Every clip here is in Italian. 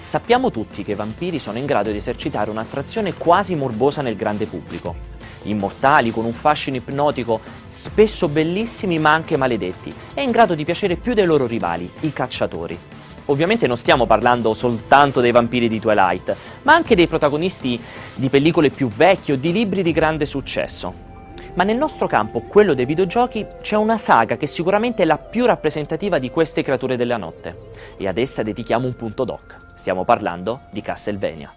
Sappiamo tutti che i vampiri sono in grado di esercitare un'attrazione quasi morbosa nel grande pubblico. Immortali, con un fascino ipnotico, spesso bellissimi ma anche maledetti, e in grado di piacere più dei loro rivali, i cacciatori. Ovviamente non stiamo parlando soltanto dei vampiri di Twilight, ma anche dei protagonisti di pellicole più vecchie o di libri di grande successo. Ma nel nostro campo, quello dei videogiochi, c'è una saga che sicuramente è la più rappresentativa di queste creature della notte. E ad essa dedichiamo un punto doc. Stiamo parlando di Castlevania.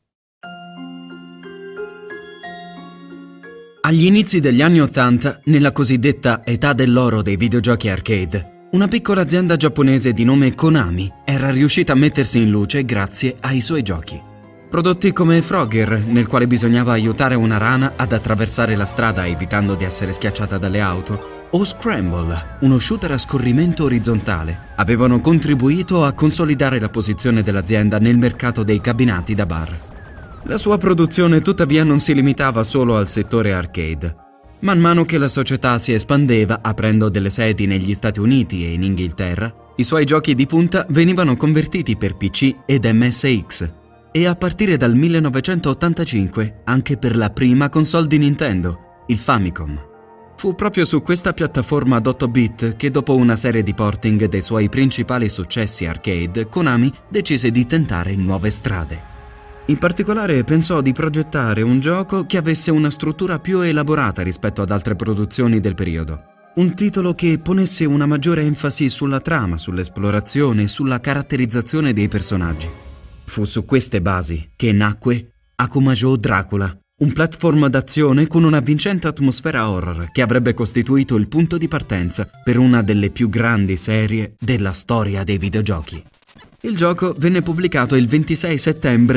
Agli inizi degli anni '80, nella cosiddetta età dell'oro dei videogiochi arcade, una piccola azienda giapponese di nome Konami era riuscita a mettersi in luce grazie ai suoi giochi. Prodotti come Frogger, nel quale bisognava aiutare una rana ad attraversare la strada evitando di essere schiacciata dalle auto, o Scramble, uno shooter a scorrimento orizzontale, avevano contribuito a consolidare la posizione dell'azienda nel mercato dei cabinati da bar. La sua produzione tuttavia non si limitava solo al settore arcade. Man mano che la società si espandeva, aprendo delle sedi negli Stati Uniti e in Inghilterra, i suoi giochi di punta venivano convertiti per PC ed MSX, e a partire dal 1985 anche per la prima console di Nintendo, il Famicom. Fu proprio su questa piattaforma ad 8-bit che dopo una serie di porting dei suoi principali successi arcade, Konami decise di tentare nuove strade. In particolare pensò di progettare un gioco che avesse una struttura più elaborata rispetto ad altre produzioni del periodo. Un titolo che ponesse una maggiore enfasi sulla trama, sull'esplorazione e sulla caratterizzazione dei personaggi. Fu su queste basi che nacque Akumajo Dracula, un platform d'azione con una vincente atmosfera horror che avrebbe costituito il punto di partenza per una delle più grandi serie della storia dei videogiochi. Il gioco venne pubblicato il 26 settembre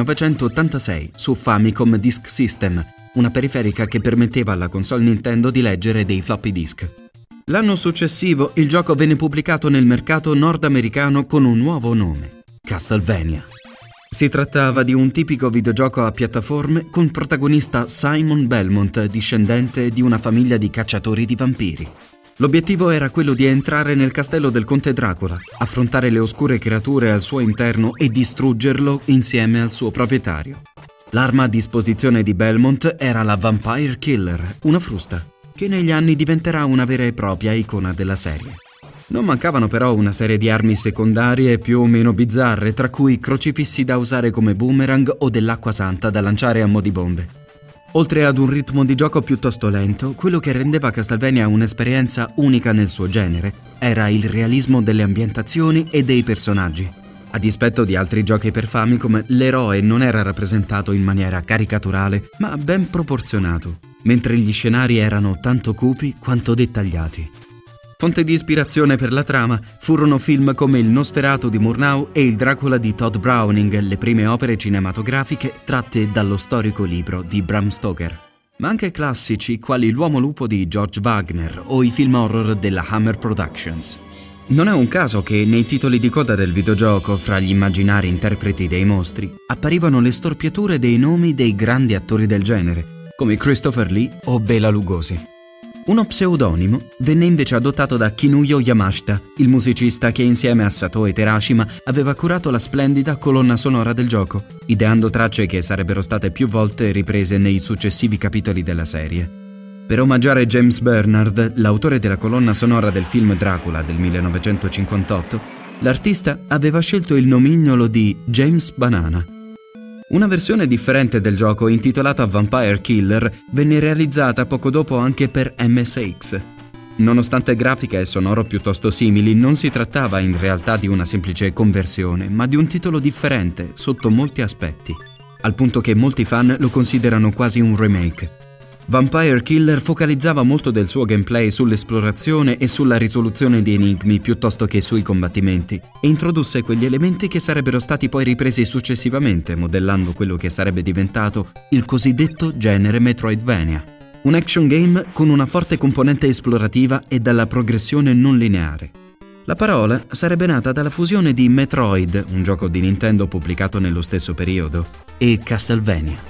1986 su Famicom Disk System, una periferica che permetteva alla console Nintendo di leggere dei floppy disk. L'anno successivo il gioco venne pubblicato nel mercato nordamericano con un nuovo nome, Castlevania. Si trattava di un tipico videogioco a piattaforme con protagonista Simon Belmont, discendente di una famiglia di cacciatori di vampiri. L'obiettivo era quello di entrare nel castello del conte Dracula, affrontare le oscure creature al suo interno e distruggerlo insieme al suo proprietario. L'arma a disposizione di Belmont era la Vampire Killer, una frusta, che negli anni diventerà una vera e propria icona della serie. Non mancavano però una serie di armi secondarie più o meno bizzarre, tra cui crocifissi da usare come boomerang o dell'acqua santa da lanciare a mo' di bombe. Oltre ad un ritmo di gioco piuttosto lento, quello che rendeva Castlevania un'esperienza unica nel suo genere era il realismo delle ambientazioni e dei personaggi. A dispetto di altri giochi per Famicom, l'eroe non era rappresentato in maniera caricaturale, ma ben proporzionato, mentre gli scenari erano tanto cupi quanto dettagliati. Fonte di ispirazione per la trama furono film come Il Nosferatu di Murnau e Il Dracula di Todd Browning, le prime opere cinematografiche tratte dallo storico libro di Bram Stoker. Ma anche classici quali L'Uomo Lupo di George Wagner o i film horror della Hammer Productions. Non è un caso che nei titoli di coda del videogioco, fra gli immaginari interpreti dei mostri, apparivano le storpiature dei nomi dei grandi attori del genere, come Christopher Lee o Bela Lugosi. Uno pseudonimo venne invece adottato da Kinuyo Yamashita, il musicista che insieme a Satoe Terashima aveva curato la splendida colonna sonora del gioco, ideando tracce che sarebbero state più volte riprese nei successivi capitoli della serie. Per omaggiare James Bernard, l'autore della colonna sonora del film Dracula del 1958, l'artista aveva scelto il nomignolo di James Banana. Una versione differente del gioco, intitolata Vampire Killer, venne realizzata poco dopo anche per MSX. Nonostante grafica e sonoro piuttosto simili, non si trattava in realtà di una semplice conversione, ma di un titolo differente sotto molti aspetti, al punto che molti fan lo considerano quasi un remake. Vampire Killer focalizzava molto del suo gameplay sull'esplorazione e sulla risoluzione di enigmi piuttosto che sui combattimenti, e introdusse quegli elementi che sarebbero stati poi ripresi successivamente, modellando quello che sarebbe diventato il cosiddetto genere Metroidvania. Un action game con una forte componente esplorativa e dalla progressione non lineare. La parola sarebbe nata dalla fusione di Metroid, un gioco di Nintendo pubblicato nello stesso periodo, e Castlevania.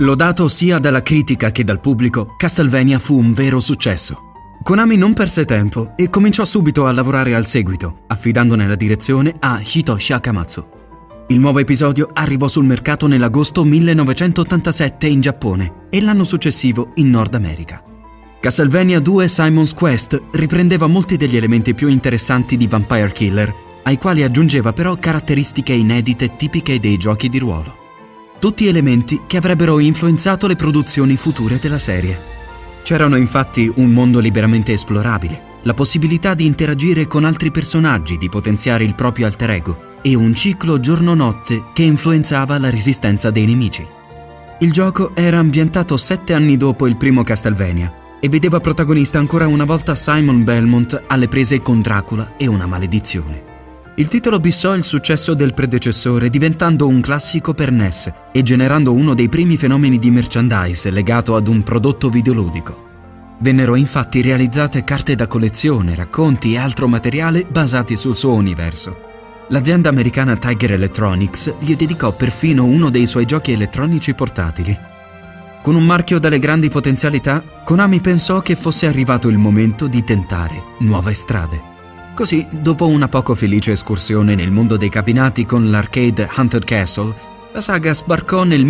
Lodato sia dalla critica che dal pubblico, Castlevania fu un vero successo. Konami non perse tempo e cominciò subito a lavorare al seguito, affidandone la direzione a Hitoshi Akamatsu. Il nuovo episodio arrivò sul mercato nell'agosto 1987 in Giappone e l'anno successivo in Nord America. Castlevania 2 Simon's Quest riprendeva molti degli elementi più interessanti di Vampire Killer, ai quali aggiungeva però caratteristiche inedite tipiche dei giochi di ruolo. Tutti elementi che avrebbero influenzato le produzioni future della serie. C'erano infatti un mondo liberamente esplorabile, la possibilità di interagire con altri personaggi, di potenziare il proprio alter ego e un ciclo giorno-notte che influenzava la resistenza dei nemici. Il gioco era ambientato 7 anni dopo il primo Castlevania e vedeva protagonista ancora una volta Simon Belmont alle prese con Dracula e una maledizione. Il titolo bissò il successo del predecessore diventando un classico per NES e generando uno dei primi fenomeni di merchandise legato ad un prodotto videoludico. Vennero infatti realizzate carte da collezione, racconti e altro materiale basati sul suo universo. L'azienda americana Tiger Electronics gli dedicò perfino uno dei suoi giochi elettronici portatili. Con un marchio dalle grandi potenzialità, Konami pensò che fosse arrivato il momento di tentare nuove strade. Così, dopo una poco felice escursione nel mondo dei cabinati con l'arcade Haunted Castle, la saga sbarcò nel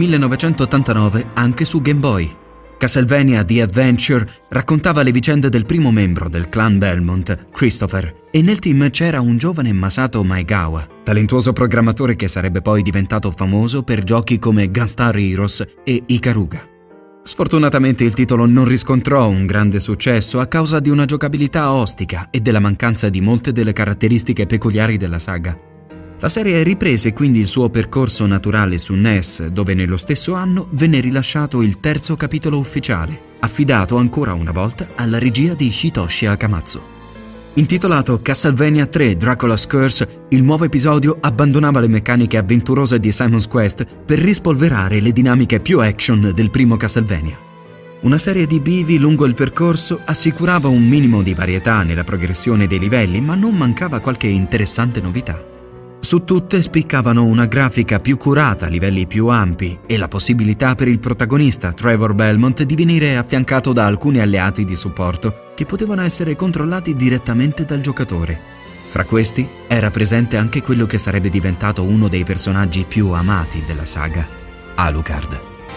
1989 anche su Game Boy. Castlevania The Adventure raccontava le vicende del primo membro del clan Belmont, Christopher, e nel team c'era un giovane Masato Maegawa, talentuoso programmatore che sarebbe poi diventato famoso per giochi come Gunstar Heroes e Ikaruga. Sfortunatamente il titolo non riscontrò un grande successo a causa di una giocabilità ostica e della mancanza di molte delle caratteristiche peculiari della saga. La serie riprese quindi il suo percorso naturale su NES, dove nello stesso anno venne rilasciato il terzo capitolo ufficiale, affidato ancora una volta alla regia di Hitoshi Akamatsu. Intitolato Castlevania 3 Dracula's Curse, il nuovo episodio abbandonava le meccaniche avventurose di Simon's Quest per rispolverare le dinamiche più action del primo Castlevania. Una serie di bivi lungo il percorso assicurava un minimo di varietà nella progressione dei livelli, ma non mancava qualche interessante novità. Su tutte spiccavano una grafica più curata a livelli più ampi e la possibilità per il protagonista Trevor Belmont di venire affiancato da alcuni alleati di supporto che potevano essere controllati direttamente dal giocatore. Fra questi era presente anche quello che sarebbe diventato uno dei personaggi più amati della saga, Alucard.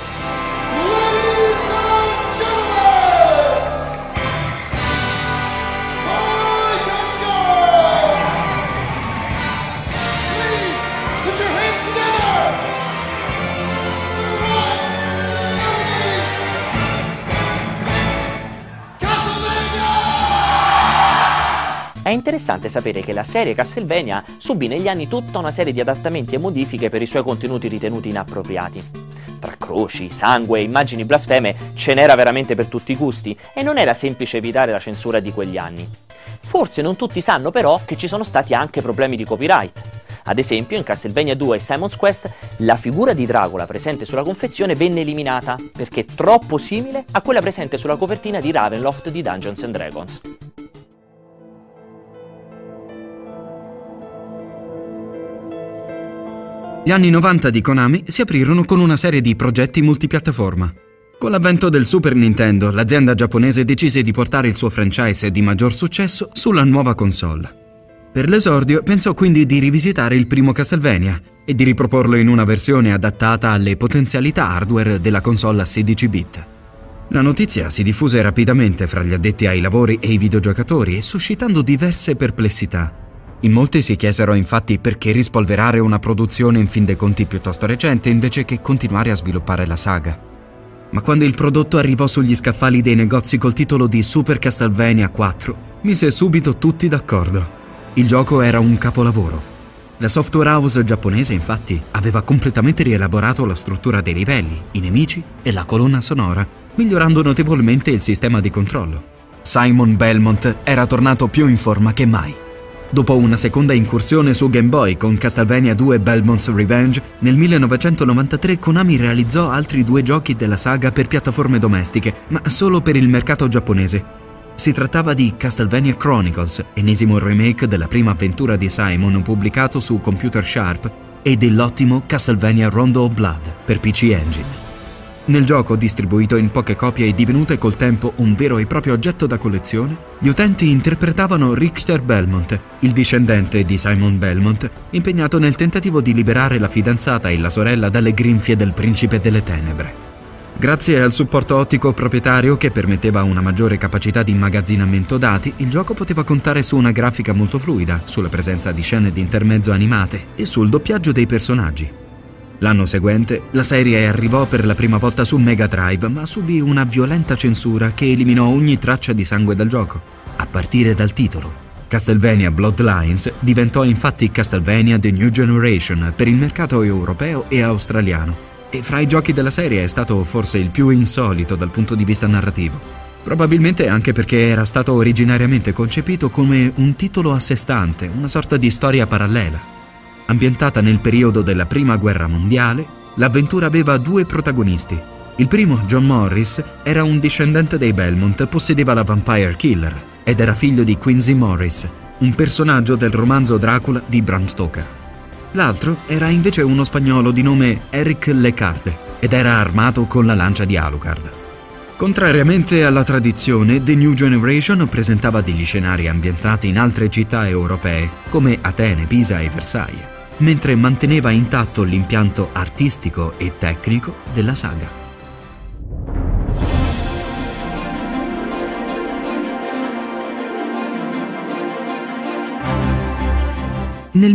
È interessante sapere che la serie Castlevania subì negli anni tutta una serie di adattamenti e modifiche per i suoi contenuti ritenuti inappropriati. Tra croci, sangue e immagini blasfeme ce n'era veramente per tutti i gusti e non era semplice evitare la censura di quegli anni. Forse non tutti sanno però che ci sono stati anche problemi di copyright. Ad esempio in Castlevania 2 e Simon's Quest la figura di Dracula presente sulla confezione venne eliminata perché troppo simile a quella presente sulla copertina di Ravenloft di Dungeons & Dragons. Gli anni 90 di Konami si aprirono con una serie di progetti multipiattaforma. Con l'avvento del Super Nintendo, l'azienda giapponese decise di portare il suo franchise di maggior successo sulla nuova console. Per l'esordio pensò quindi di rivisitare il primo Castlevania e di riproporlo in una versione adattata alle potenzialità hardware della console a 16 bit. La notizia si diffuse rapidamente fra gli addetti ai lavori e i videogiocatori, suscitando diverse perplessità. In molti si chiesero infatti perché rispolverare una produzione in fin dei conti piuttosto recente invece che continuare a sviluppare la saga. Ma quando il prodotto arrivò sugli scaffali dei negozi col titolo di Super Castlevania 4, mise subito tutti d'accordo. Il gioco era un capolavoro. La software house giapponese infatti aveva completamente rielaborato la struttura dei livelli, i nemici e la colonna sonora, migliorando notevolmente il sistema di controllo. Simon Belmont era tornato più in forma che mai. Dopo una seconda incursione su Game Boy con Castlevania 2 Belmont's Revenge, nel 1993 Konami realizzò altri 2 giochi della saga per piattaforme domestiche, ma solo per il mercato giapponese. Si trattava di Castlevania Chronicles, ennesimo remake della prima avventura di Simon pubblicato su Computer Sharp, e dell'ottimo Castlevania Rondo of Blood per PC Engine. Nel gioco, distribuito in poche copie e divenute col tempo un vero e proprio oggetto da collezione, gli utenti interpretavano Richter Belmont, il discendente di Simon Belmont, impegnato nel tentativo di liberare la fidanzata e la sorella dalle grinfie del Principe delle Tenebre. Grazie al supporto ottico proprietario che permetteva una maggiore capacità di immagazzinamento dati, il gioco poteva contare su una grafica molto fluida, sulla presenza di scene di intermezzo animate e sul doppiaggio dei personaggi. L'anno seguente, la serie arrivò per la prima volta su Mega Drive, ma subì una violenta censura che eliminò ogni traccia di sangue dal gioco, a partire dal titolo. Castlevania Bloodlines diventò infatti Castlevania The New Generation per il mercato europeo e australiano, e fra i giochi della serie è stato forse il più insolito dal punto di vista narrativo. Probabilmente anche perché era stato originariamente concepito come un titolo a sé stante, una sorta di storia parallela. Ambientata nel periodo della Prima Guerra Mondiale, l'avventura aveva due protagonisti. Il primo, John Morris, era un discendente dei Belmont, possedeva la Vampire Killer ed era figlio di Quincy Morris, un personaggio del romanzo Dracula di Bram Stoker. L'altro era invece uno spagnolo di nome Eric Lecarde ed era armato con la lancia di Alucard. Contrariamente alla tradizione, The New Generation presentava degli scenari ambientati in altre città europee, come Atene, Pisa e Versailles, mentre manteneva intatto l'impianto artistico e tecnico della saga. Nel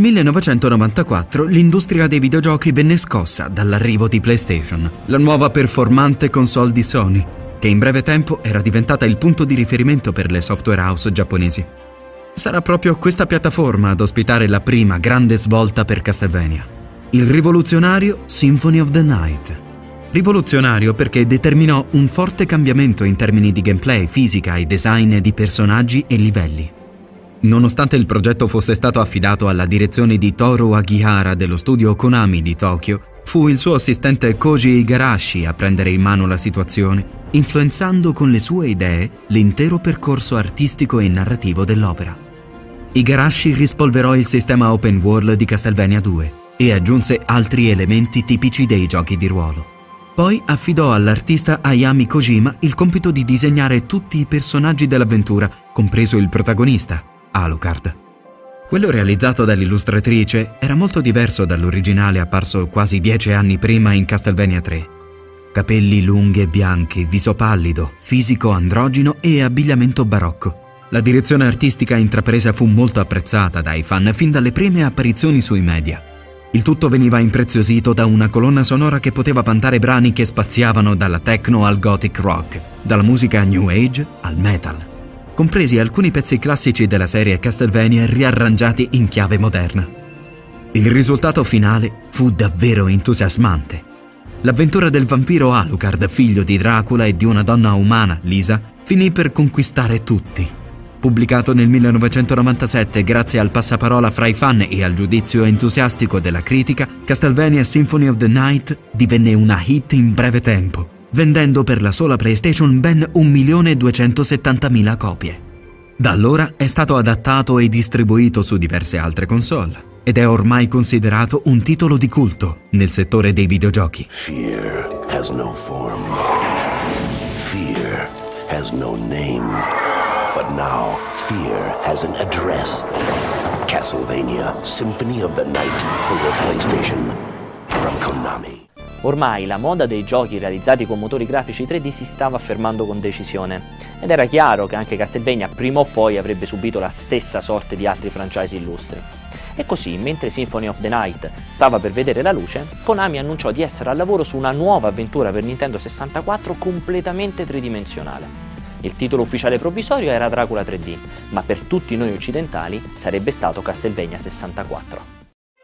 1994 l'industria dei videogiochi venne scossa dall'arrivo di PlayStation, la nuova performante console di Sony, che in breve tempo era diventata il punto di riferimento per le software house giapponesi. Sarà proprio questa piattaforma ad ospitare la prima grande svolta per Castlevania, il rivoluzionario Symphony of the Night. Rivoluzionario perché determinò un forte cambiamento in termini di gameplay, fisica e design di personaggi e livelli. Nonostante il progetto fosse stato affidato alla direzione di Toru Agihara dello studio Konami di Tokyo, fu il suo assistente Koji Igarashi a prendere in mano la situazione, influenzando con le sue idee l'intero percorso artistico e narrativo dell'opera. Igarashi rispolverò il sistema open world di Castlevania 2 e aggiunse altri elementi tipici dei giochi di ruolo. Poi affidò all'artista Ayami Kojima il compito di disegnare tutti i personaggi dell'avventura, compreso il protagonista, Alucard. Quello realizzato dall'illustratrice era molto diverso dall'originale apparso quasi 10 anni prima in Castlevania 3. Capelli lunghi e bianchi, viso pallido, fisico androgino e abbigliamento barocco. La direzione artistica intrapresa fu molto apprezzata dai fan fin dalle prime apparizioni sui media. Il tutto veniva impreziosito da una colonna sonora che poteva vantare brani che spaziavano dalla techno al gothic rock, dalla musica new age al metal, compresi alcuni pezzi classici della serie Castlevania riarrangiati in chiave moderna. Il risultato finale fu davvero entusiasmante. L'avventura del vampiro Alucard, figlio di Dracula e di una donna umana, Lisa, finì per conquistare tutti. Pubblicato nel 1997 grazie al passaparola fra i fan e al giudizio entusiastico della critica, Castlevania Symphony of the Night divenne una hit in breve tempo, vendendo per la sola PlayStation ben 1.270.000 copie. Da allora è stato adattato e distribuito su diverse altre console ed è ormai considerato un titolo di culto nel settore dei videogiochi. Fear has no form. Fear has no name. But now, fear has an address. Castlevania Symphony of the Night for PlayStation from Konami. Ormai la moda dei giochi realizzati con motori grafici 3D si stava affermando con decisione, ed era chiaro che anche Castlevania prima o poi avrebbe subito la stessa sorte di altri franchise illustri. E così, mentre Symphony of the Night stava per vedere la luce, Konami annunciò di essere al lavoro su una nuova avventura per Nintendo 64 completamente tridimensionale. Il titolo ufficiale provvisorio era Dracula 3D, ma per tutti noi occidentali sarebbe stato Castlevania 64.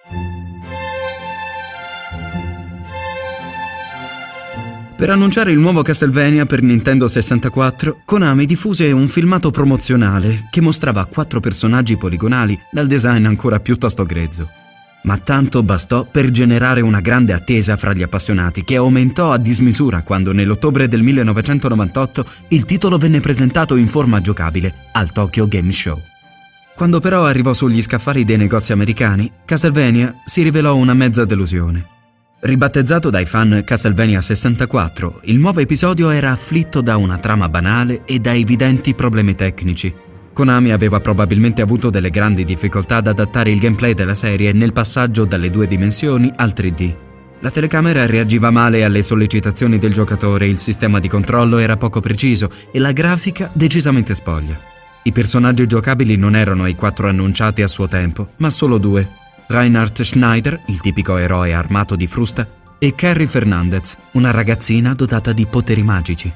Per annunciare il nuovo Castlevania per Nintendo 64, Konami diffuse un filmato promozionale che mostrava 4 personaggi poligonali dal design ancora piuttosto grezzo. Ma tanto bastò per generare una grande attesa fra gli appassionati, che aumentò a dismisura quando nell'ottobre del 1998 il titolo venne presentato in forma giocabile al Tokyo Game Show. Quando però arrivò sugli scaffali dei negozi americani, Castlevania si rivelò una mezza delusione. Ribattezzato dai fan Castlevania 64, il nuovo episodio era afflitto da una trama banale e da evidenti problemi tecnici. Konami aveva probabilmente avuto delle grandi difficoltà ad adattare il gameplay della serie nel passaggio dalle 2 dimensioni al 3D. La telecamera reagiva male alle sollecitazioni del giocatore, il sistema di controllo era poco preciso e la grafica decisamente spoglia. I personaggi giocabili non erano i 4 annunciati a suo tempo, ma solo 2. Reinhard Schneider, il tipico eroe armato di frusta, e Carrie Fernandez, una ragazzina dotata di poteri magici.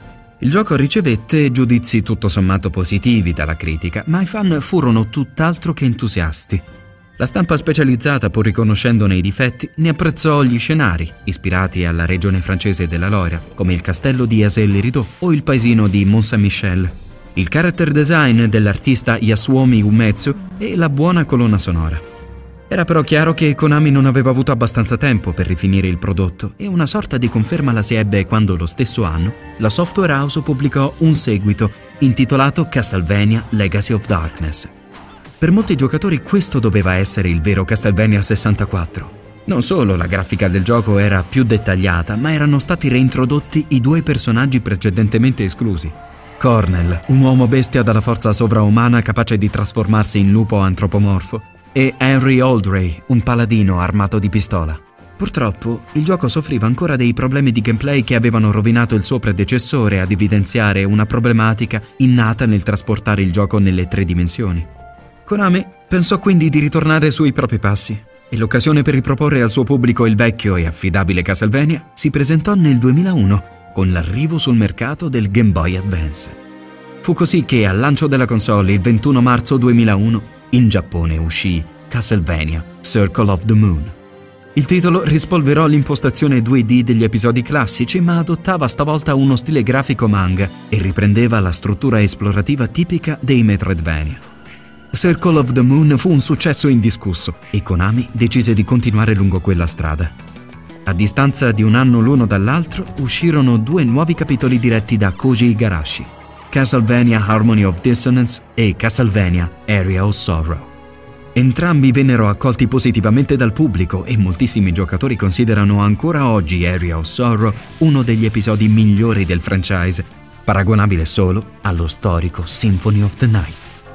Il gioco ricevette giudizi tutto sommato positivi dalla critica, ma i fan furono tutt'altro che entusiasti. La stampa specializzata, pur riconoscendone i difetti, ne apprezzò gli scenari, ispirati alla regione francese della Loira, come il castello di Azay-le-Rideau o il paesino di Mont-Saint-Michel, il character design dell'artista Yasuomi Uematsu e la buona colonna sonora. Era però chiaro che Konami non aveva avuto abbastanza tempo per rifinire il prodotto e una sorta di conferma la si ebbe quando lo stesso anno la software house pubblicò un seguito intitolato Castlevania Legacy of Darkness. Per molti giocatori questo doveva essere il vero Castlevania 64. Non solo la grafica del gioco era più dettagliata, ma erano stati reintrodotti i 2 personaggi precedentemente esclusi. Cornell, un uomo bestia dalla forza sovraumana capace di trasformarsi in lupo antropomorfo, e Henry Aldray, un paladino armato di pistola. Purtroppo, il gioco soffriva ancora dei problemi di gameplay che avevano rovinato il suo predecessore, ad evidenziare una problematica innata nel trasportare il gioco nelle 3 dimensioni. Konami pensò quindi di ritornare sui propri passi e l'occasione per riproporre al suo pubblico il vecchio e affidabile Castlevania si presentò nel 2001 con l'arrivo sul mercato del Game Boy Advance. Fu così che al lancio della console il 21 marzo 2001 in Giappone uscì Castlevania Circle of the Moon. Il titolo rispolverò l'impostazione 2D degli episodi classici, ma adottava stavolta uno stile grafico manga e riprendeva la struttura esplorativa tipica dei Metroidvania. Circle of the Moon fu un successo indiscusso e Konami decise di continuare lungo quella strada. A distanza di un anno l'uno dall'altro uscirono 2 nuovi capitoli diretti da Koji Igarashi: Castlevania Harmony of Dissonance e Castlevania Area of Sorrow. Entrambi vennero accolti positivamente dal pubblico e moltissimi giocatori considerano ancora oggi Area of Sorrow uno degli episodi migliori del franchise, paragonabile solo allo storico Symphony of the Night.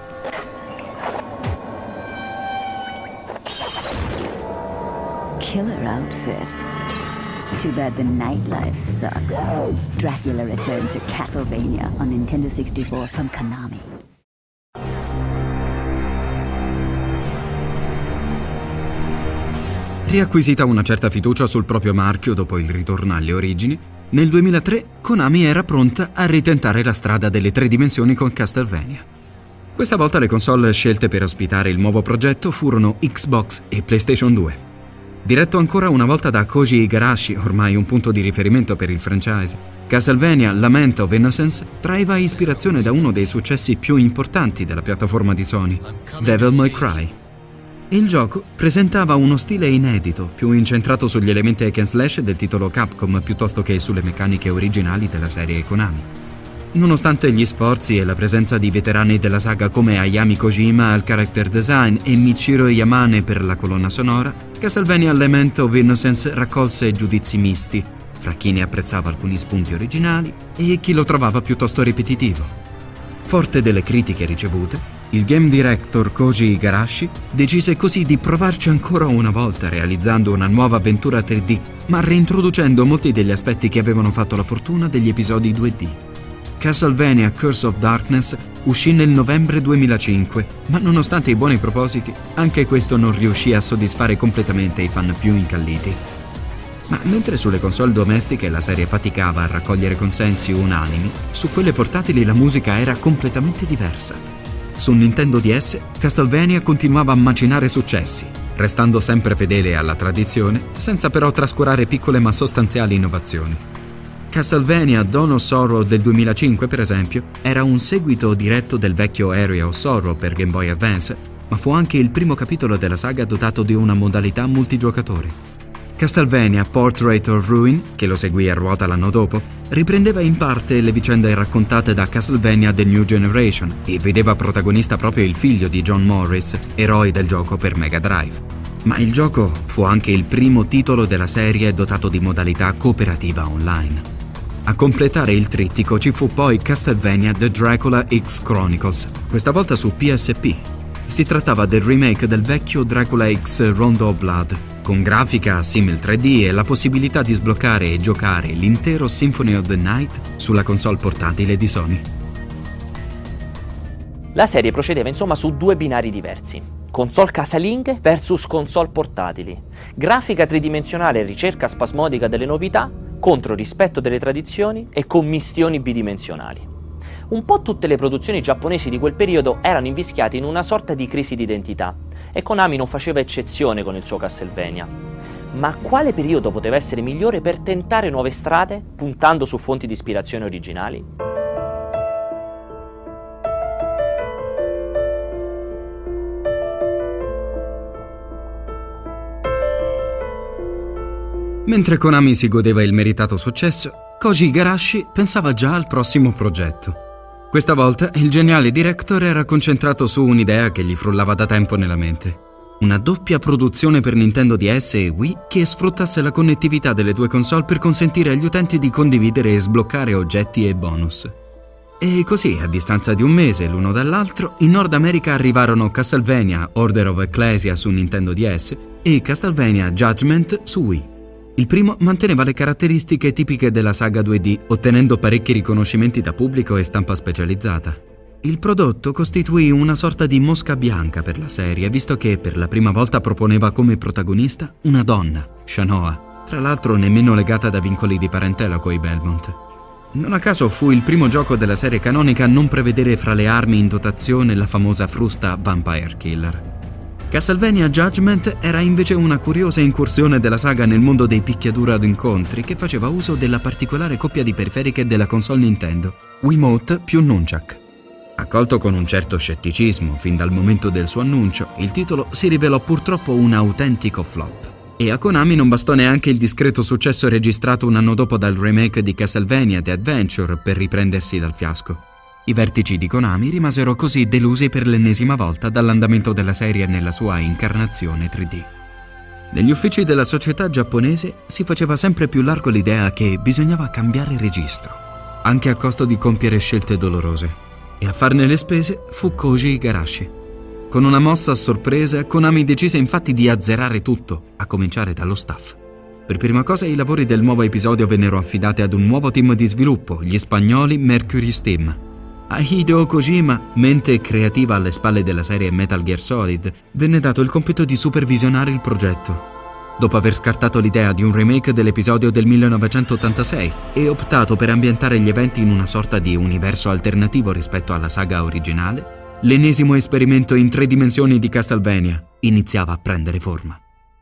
Killer outfit. Too bad the nightlife sucks. Dracula returns to Castlevania on Nintendo 64 from Konami. Riacquisita una certa fiducia sul proprio marchio dopo il ritorno alle origini, nel 2003 Konami era pronta a ritentare la strada delle 3 dimensioni con Castlevania. Questa volta le console scelte per ospitare il nuovo progetto furono Xbox e PlayStation 2. Diretto ancora una volta da Koji Igarashi, ormai un punto di riferimento per il franchise, Castlevania Lament of Innocence traeva ispirazione da uno dei successi più importanti della piattaforma di Sony, Devil May Cry. Il gioco presentava uno stile inedito, più incentrato sugli elementi hack and slash del titolo Capcom piuttosto che sulle meccaniche originali della serie Konami. Nonostante gli sforzi e la presenza di veterani della saga come Hayami Kojima al character design e Michiro Yamane per la colonna sonora, Castlevania Lament of Innocence raccolse giudizi misti, fra chi ne apprezzava alcuni spunti originali e chi lo trovava piuttosto ripetitivo. Forte delle critiche ricevute, il game director Koji Igarashi decise così di provarci ancora una volta realizzando una nuova avventura 3D, ma reintroducendo molti degli aspetti che avevano fatto la fortuna degli episodi 2D. Castlevania Curse of Darkness uscì nel novembre 2005, ma nonostante i buoni propositi, anche questo non riuscì a soddisfare completamente i fan più incalliti. Ma mentre sulle console domestiche la serie faticava a raccogliere consensi unanimi, su quelle portatili la musica era completamente diversa. Su Nintendo DS, Castlevania continuava a macinare successi, restando sempre fedele alla tradizione, senza però trascurare piccole ma sostanziali innovazioni. Castlevania Dawn of Sorrow del 2005, per esempio, era un seguito diretto del vecchio Area of Sorrow per Game Boy Advance, ma fu anche il primo capitolo della saga dotato di una modalità multigiocatore. Castlevania Portrait of Ruin, che lo seguì a ruota l'anno dopo, riprendeva in parte le vicende raccontate da Castlevania The New Generation e vedeva protagonista proprio il figlio di John Morris, eroe del gioco per Mega Drive. Ma il gioco fu anche il primo titolo della serie dotato di modalità cooperativa online. A completare il trittico ci fu poi Castlevania The Dracula X Chronicles, questa volta su PSP. Si trattava del remake del vecchio Dracula X Rondo of Blood, con grafica simil 3D e la possibilità di sbloccare e giocare l'intero Symphony of the Night sulla console portatile di Sony. La serie procedeva insomma su due binari diversi: console casalinghe versus console portatili, grafica tridimensionale e ricerca spasmodica delle novità contro rispetto delle tradizioni e commistioni bidimensionali. Un po' tutte le produzioni giapponesi di quel periodo erano invischiate in una sorta di crisi di identità e Konami non faceva eccezione con il suo Castlevania. Ma quale periodo poteva essere migliore per tentare nuove strade, puntando su fonti di ispirazione originali? Mentre Konami si godeva il meritato successo, Koji Igarashi pensava già al prossimo progetto. Questa volta il geniale director era concentrato su un'idea che gli frullava da tempo nella mente. Una doppia produzione per Nintendo DS e Wii che sfruttasse la connettività delle due console per consentire agli utenti di condividere e sbloccare oggetti e bonus. E così, a distanza di un mese l'uno dall'altro, in Nord America arrivarono Castlevania Order of Ecclesia su Nintendo DS e Castlevania Judgment su Wii. Il primo manteneva le caratteristiche tipiche della saga 2D, ottenendo parecchi riconoscimenti da pubblico e stampa specializzata. Il prodotto costituì una sorta di mosca bianca per la serie, visto che per la prima volta proponeva come protagonista una donna, Shanoa, tra l'altro nemmeno legata da vincoli di parentela coi Belmont. Non a caso fu il primo gioco della serie canonica a non prevedere fra le armi in dotazione la famosa frusta Vampire Killer. Castlevania Judgment era invece una curiosa incursione della saga nel mondo dei picchiaduro ad incontri che faceva uso della particolare coppia di periferiche della console Nintendo, Wiimote più Nunchak. Accolto con un certo scetticismo fin dal momento del suo annuncio, il titolo si rivelò purtroppo un autentico flop. E a Konami non bastò neanche il discreto successo registrato un anno dopo dal remake di Castlevania The Adventure per riprendersi dal fiasco. I vertici di Konami rimasero così delusi per l'ennesima volta dall'andamento della serie nella sua incarnazione 3D. Negli uffici della società giapponese si faceva sempre più largo l'idea che bisognava cambiare registro, anche a costo di compiere scelte dolorose, e a farne le spese fu Koji Igarashi. Con una mossa a sorpresa, Konami decise infatti di azzerare tutto, a cominciare dallo staff. Per prima cosa i lavori del nuovo episodio vennero affidati ad un nuovo team di sviluppo, gli spagnoli Mercury Steam. A Hideo Kojima, mente creativa alle spalle della serie Metal Gear Solid, venne dato il compito di supervisionare il progetto. Dopo aver scartato l'idea di un remake dell'episodio del 1986 e optato per ambientare gli eventi in una sorta di universo alternativo rispetto alla saga originale, l'ennesimo esperimento in 3 dimensioni di Castlevania iniziava a prendere forma.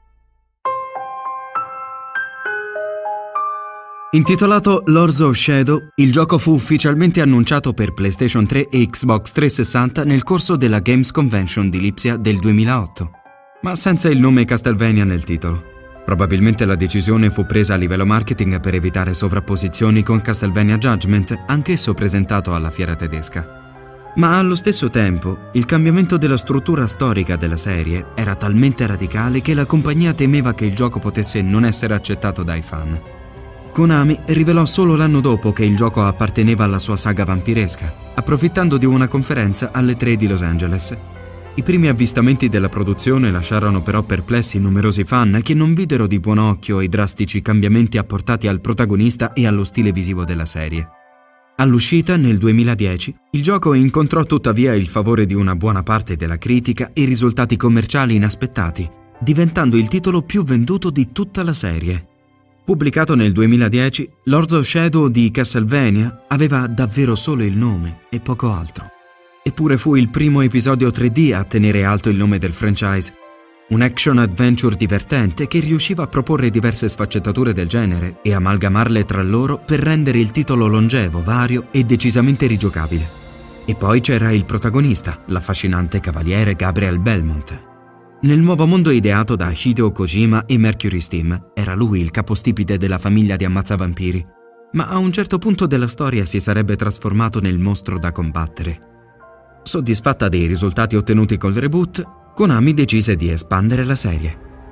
Intitolato Lords of Shadow, il gioco fu ufficialmente annunciato per PlayStation 3 e Xbox 360 nel corso della Games Convention di Lipsia del 2008, ma senza il nome Castlevania nel titolo. Probabilmente la decisione fu presa a livello marketing per evitare sovrapposizioni con Castlevania Judgment, anch'esso presentato alla fiera tedesca. Ma allo stesso tempo, il cambiamento della struttura storica della serie era talmente radicale che la compagnia temeva che il gioco potesse non essere accettato dai fan. Konami rivelò solo l'anno dopo che il gioco apparteneva alla sua saga vampiresca, approfittando di una conferenza alle 3 di Los Angeles. I primi avvistamenti della produzione lasciarono però perplessi numerosi fan che non videro di buon occhio i drastici cambiamenti apportati al protagonista e allo stile visivo della serie. All'uscita, nel 2010, il gioco incontrò tuttavia il favore di una buona parte della critica e risultati commerciali inaspettati, diventando il titolo più venduto di tutta la serie. Pubblicato nel 2010, Lords of Shadow di Castlevania aveva davvero solo il nome e poco altro. Eppure fu il primo episodio 3D a tenere alto il nome del franchise, un action-adventure divertente che riusciva a proporre diverse sfaccettature del genere e amalgamarle tra loro per rendere il titolo longevo, vario e decisamente rigiocabile. E poi c'era il protagonista, l'affascinante cavaliere Gabriel Belmont. Nel nuovo mondo ideato da Hideo Kojima e Mercury Steam, era lui il capostipite della famiglia di Ammazzavampiri, ma a un certo punto della storia si sarebbe trasformato nel mostro da combattere. Soddisfatta dei risultati ottenuti col reboot, Konami decise di espandere la serie.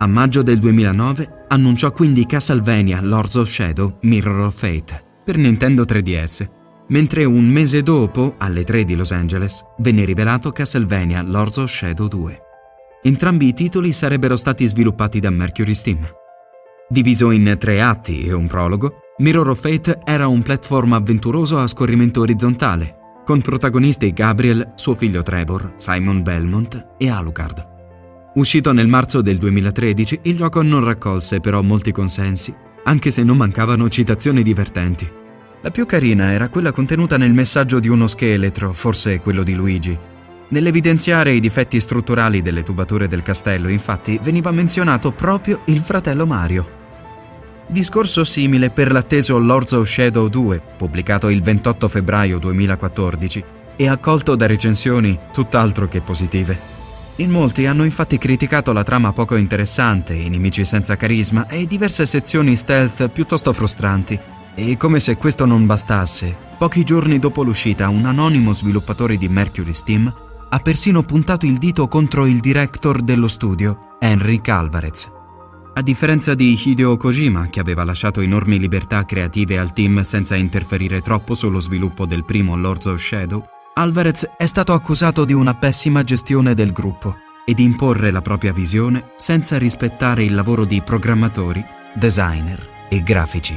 A maggio del 2009 annunciò quindi Castlevania Lords of Shadow Mirror of Fate per Nintendo 3DS, mentre un mese dopo, alle 3 di Los Angeles, venne rivelato Castlevania Lords of Shadow 2. Entrambi i titoli sarebbero stati sviluppati da Mercury Steam. Diviso in 3 atti e un prologo, Mirror of Fate era un platform avventuroso a scorrimento orizzontale, con protagonisti Gabriel, suo figlio Trevor, Simon Belmont e Alucard. Uscito nel marzo del 2013, il gioco non raccolse però molti consensi, anche se non mancavano citazioni divertenti. La più carina era quella contenuta nel messaggio di uno scheletro, forse quello di Luigi. Nell'evidenziare i difetti strutturali delle tubature del castello, infatti, veniva menzionato proprio il fratello Mario. Discorso simile per l'atteso Lords of Shadow 2, pubblicato il 28 febbraio 2014 e accolto da recensioni tutt'altro che positive. In molti hanno infatti criticato la trama poco interessante, i nemici senza carisma e diverse sezioni stealth piuttosto frustranti. E come se questo non bastasse, pochi giorni dopo l'uscita un anonimo sviluppatore di Mercury Steam ha persino puntato il dito contro il director dello studio, Enric Alvarez. A differenza di Hideo Kojima, che aveva lasciato enormi libertà creative al team senza interferire troppo sullo sviluppo del primo Lords of Shadow, Alvarez è stato accusato di una pessima gestione del gruppo e di imporre la propria visione senza rispettare il lavoro di programmatori, designer e grafici.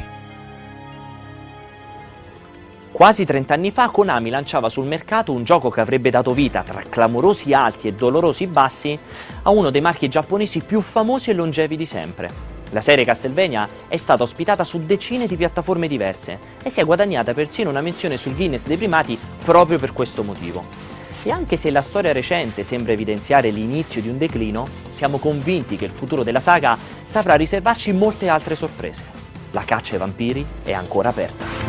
Quasi 30 anni fa Konami lanciava sul mercato un gioco che avrebbe dato vita, tra clamorosi alti e dolorosi bassi, a uno dei marchi giapponesi più famosi e longevi di sempre. La serie Castlevania è stata ospitata su decine di piattaforme diverse e si è guadagnata persino una menzione sul Guinness dei primati proprio per questo motivo. E anche se la storia recente sembra evidenziare l'inizio di un declino, siamo convinti che il futuro della saga saprà riservarci molte altre sorprese. La caccia ai vampiri è ancora aperta.